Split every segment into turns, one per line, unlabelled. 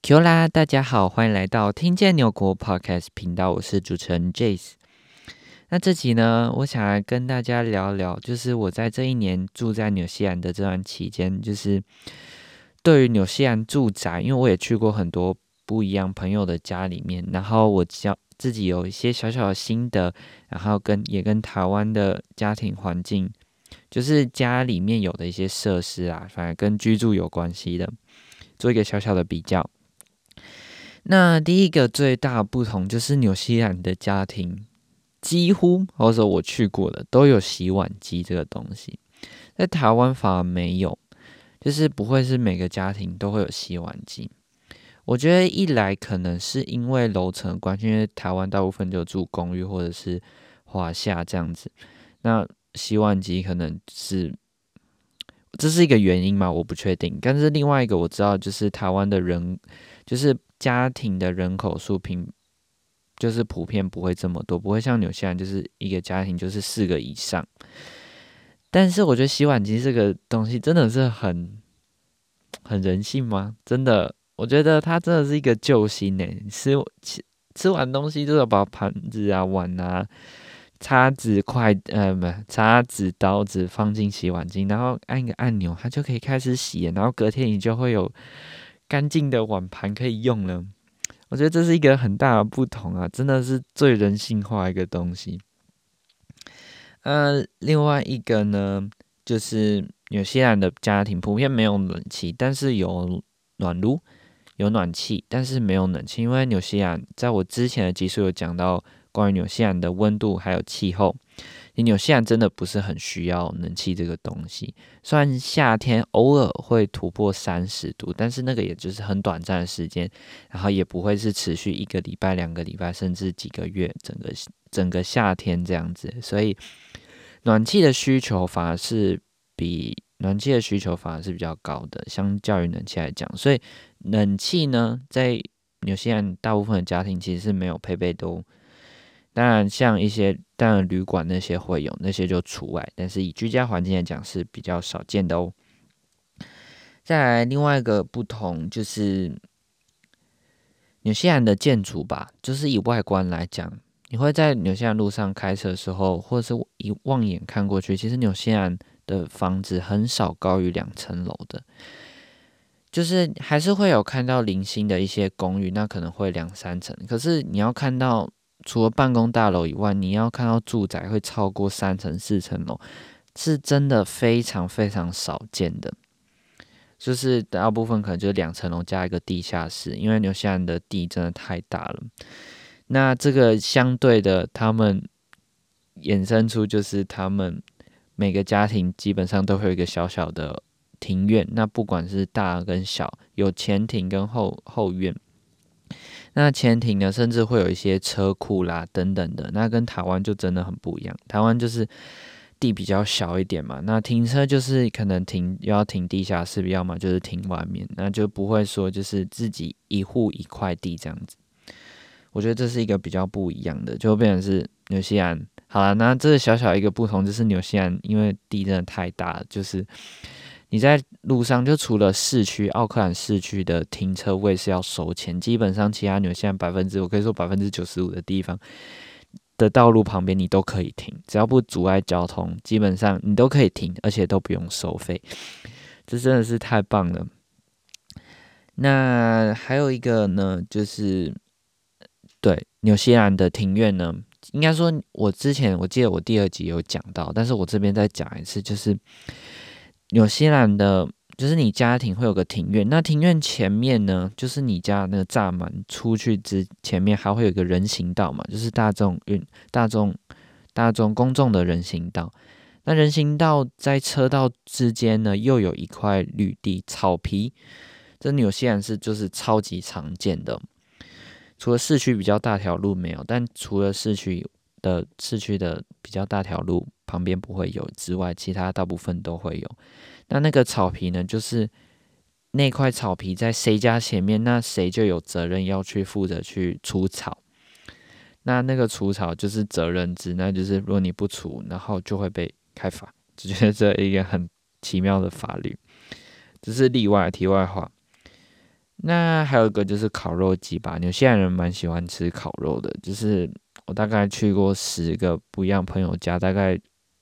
Q 啦，大家好，欢迎来到听见纽国 Podcast 频道，我是主持人 Jace。那这集呢，我想来跟大家聊聊，就是我在这一年住在纽西兰的这段期间，就是对于纽西兰住宅，因为我也去过很多不一样朋友的家里面，然后我自己有一些小小的心得，然后也跟台湾的家庭环境，就是家里面有的一些设施啊，反而跟居住有关系的，做一个小小的比较。那第一个最大的不同就是纽西兰的家庭几乎，或者说我去过的都有洗碗机这个东西，在台湾反而没有，就是不会是每个家庭都会有洗碗机。我觉得一来可能是因为楼层的关系，因为台湾大部分就住公寓或者是华夏这样子，那洗碗机可能这是一个原因嘛，我不确定。但是另外一个我知道，就是台湾的人，就是家庭的人口数就是普遍不会这么多，不会像纽西兰就是一个家庭就是4个以上。但是我觉得洗碗机这个东西真的是很人性吗？真的，我觉得它真的是一个救星诶。吃完东西就要把盘子啊、碗啊、叉子、刀子放进洗碗机，然后按一个按钮，它就可以开始洗，然后隔天你就会有干净的碗盘可以用了。我觉得这是一个很大的不同啊，真的是最人性化一个东西。另外一个呢，就是纽西兰的家庭普遍没有冷气，但是有暖炉、有暖气，但是没有冷气，因为纽西兰在我之前的集数有讲到关于纽西兰的温度还有气候。纽西兰真的不是很需要冷气这个东西，虽然夏天偶尔会突破30度，但是那个也就是很短暂的时间，然后也不会是持续1个礼拜、2个礼拜，甚至几个月，整个夏天这样子。所以暖气的需求反而是比较高的，相较于冷气来讲。所以冷气呢，在纽西兰大部分的家庭其实是没有配备的哦。当然，当然旅馆那些会有，那些就除外。但是以居家环境来讲是比较少见的哦。再来另外一个不同就是纽西兰的建筑吧，就是以外观来讲，你会在纽西兰路上开车的时候，或者是一望眼看过去，其实纽西兰的房子很少高于2层楼的，就是还是会有看到零星的一些公寓，那可能会2、3层，可是你要看到除了办公大楼以外，你要看到住宅会超过3层、4层楼，是真的非常非常少见的。就是大部分可能就是2层楼加一个地下室，因为纽西兰的地真的太大了。那这个相对的，他们衍生出就是他们每个家庭基本上都会有一个小小的庭院，那不管是大跟小，有前庭跟后院。那前庭呢，甚至会有一些车库啦等等的，那跟台湾就真的很不一样。台湾就是地比较小一点嘛，那停车就是可能要停地下室，要么就是停外面，那就不会说就是自己一户一块地这样子。我觉得这是一个比较不一样的，就变成是纽西兰。好了，那这小小一个不同就是纽西兰因为地真的太大了，就是你在路上就除了奥克兰市区的停车位是要收钱，基本上其他纽西兰我可以说95%的地方的道路旁边你都可以停，只要不阻碍交通，基本上你都可以停，而且都不用收费，这真的是太棒了。那还有一个呢，就是对纽西兰的庭院呢，应该说我记得我第2集有讲到，但是我这边再讲一次，就是纽西兰的，就是你家庭会有个庭院，那庭院前面呢，就是你家那个栅门出去前面还会有一个人行道嘛，就是大众公众的人行道。那人行道在车道之间呢，又有一块绿地草皮，这纽西兰就是超级常见的。除了市区比较大条路没有，但除了市区的比较大条路旁边不会有之外，其他大部分都会有。那个草皮呢，就是那块草皮在谁家前面，那谁就有责任要去负责去除草。那个除草就是责任制，那就是如果你不除，然后就会被开罚。就觉得这一个很奇妙的法律，这是例外题外话。 那还有一个就是烤肉季吧，纽西兰人蛮喜欢吃烤肉的，就是我大概去过10个不一样朋友家，大概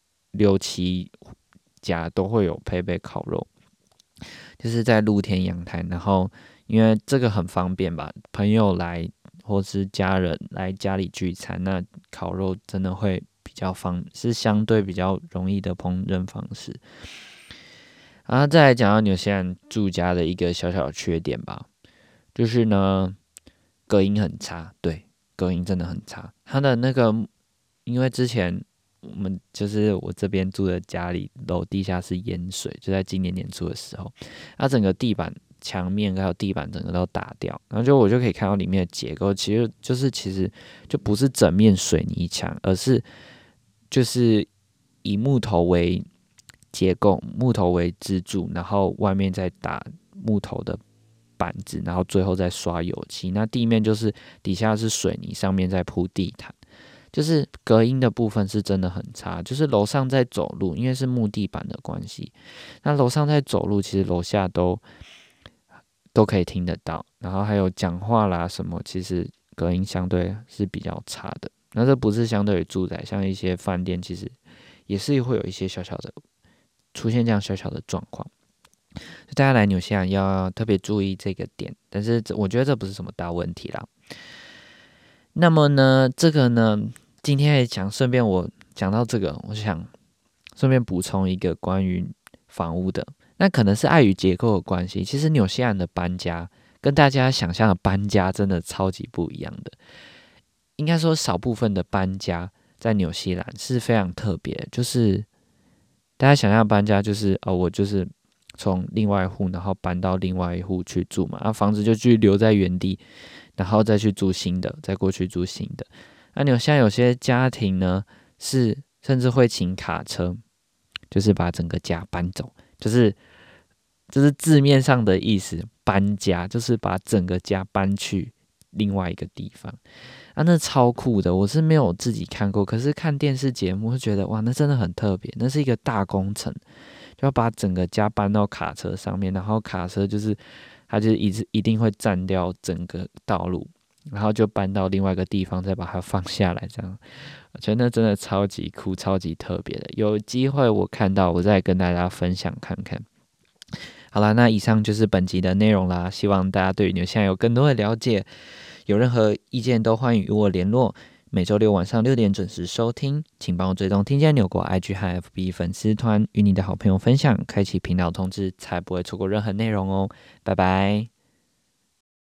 6、7家都会有配备烤肉，就是在露天阳台，然后因为这个很方便吧，朋友来或是家人来家里聚餐，那烤肉真的会是相对比较容易的烹饪方式。然后再来讲到纽西兰住家的一个小小的缺点吧，就是呢隔音很差，对，隔音真的很差。它的那个，因为之前我这边住的家里楼地下是淹水，就在今年年初的时候，它整个地板、墙面还有地板整个都打掉，然后我就可以看到里面的结构，其实就不是整面水泥墙，而是就是以木头为结构，木头为支柱，然后外面再打木头的板子，然后最后再刷油漆。那地面就是底下是水泥，上面再铺地毯。就是隔音的部分是真的很差，就是楼上在走路，因为是木地板的关系，那楼上在走路，其实楼下都可以听得到，然后还有讲话啦什么，其实隔音相对是比较差的。那这不是相对于住宅，像一些饭店，其实也是会有一些小小的出现这样小小的状况。大家来纽西兰要特别注意这个点，但是我觉得这不是什么大问题啦。那么呢，这个呢，今天也顺便我讲到这个，我想顺便补充一个关于房屋的。那可能是碍于结构的关系，其实纽西兰的搬家跟大家想象的搬家真的超级不一样的。应该说，少部分的搬家在纽西兰是非常特别，就是大家想象的搬家就是我就是从另外一户然后搬到另外一户去住嘛，房子就继续留在原地，然后再去租新的，再过去租新的。那纽西兰有些家庭呢，是甚至会请卡车，就是把整个家搬走，就是字面上的意思，搬家就是把整个家搬去另外一个地方。那超酷的，我是没有自己看过，可是看电视节目会觉得哇，那真的很特别，那是一个大工程，就要把整个家搬到卡车上面，然后卡车它就一定会占掉整个道路，然后就搬到另外一个地方，再把它放下来，这样我觉得那真的超级酷、超级特别的。有机会我看到，我再跟大家分享看看。好啦，那以上就是本集的内容啦，希望大家对纽西兰有更多的了解。有任何意见都欢迎与我联络。每周六晚上6点准时收听，请帮我追踪听见纽国 IG 和 FB 粉丝团，与你的好朋友分享，开启频道通知，才不会错过任何内容哦。拜拜。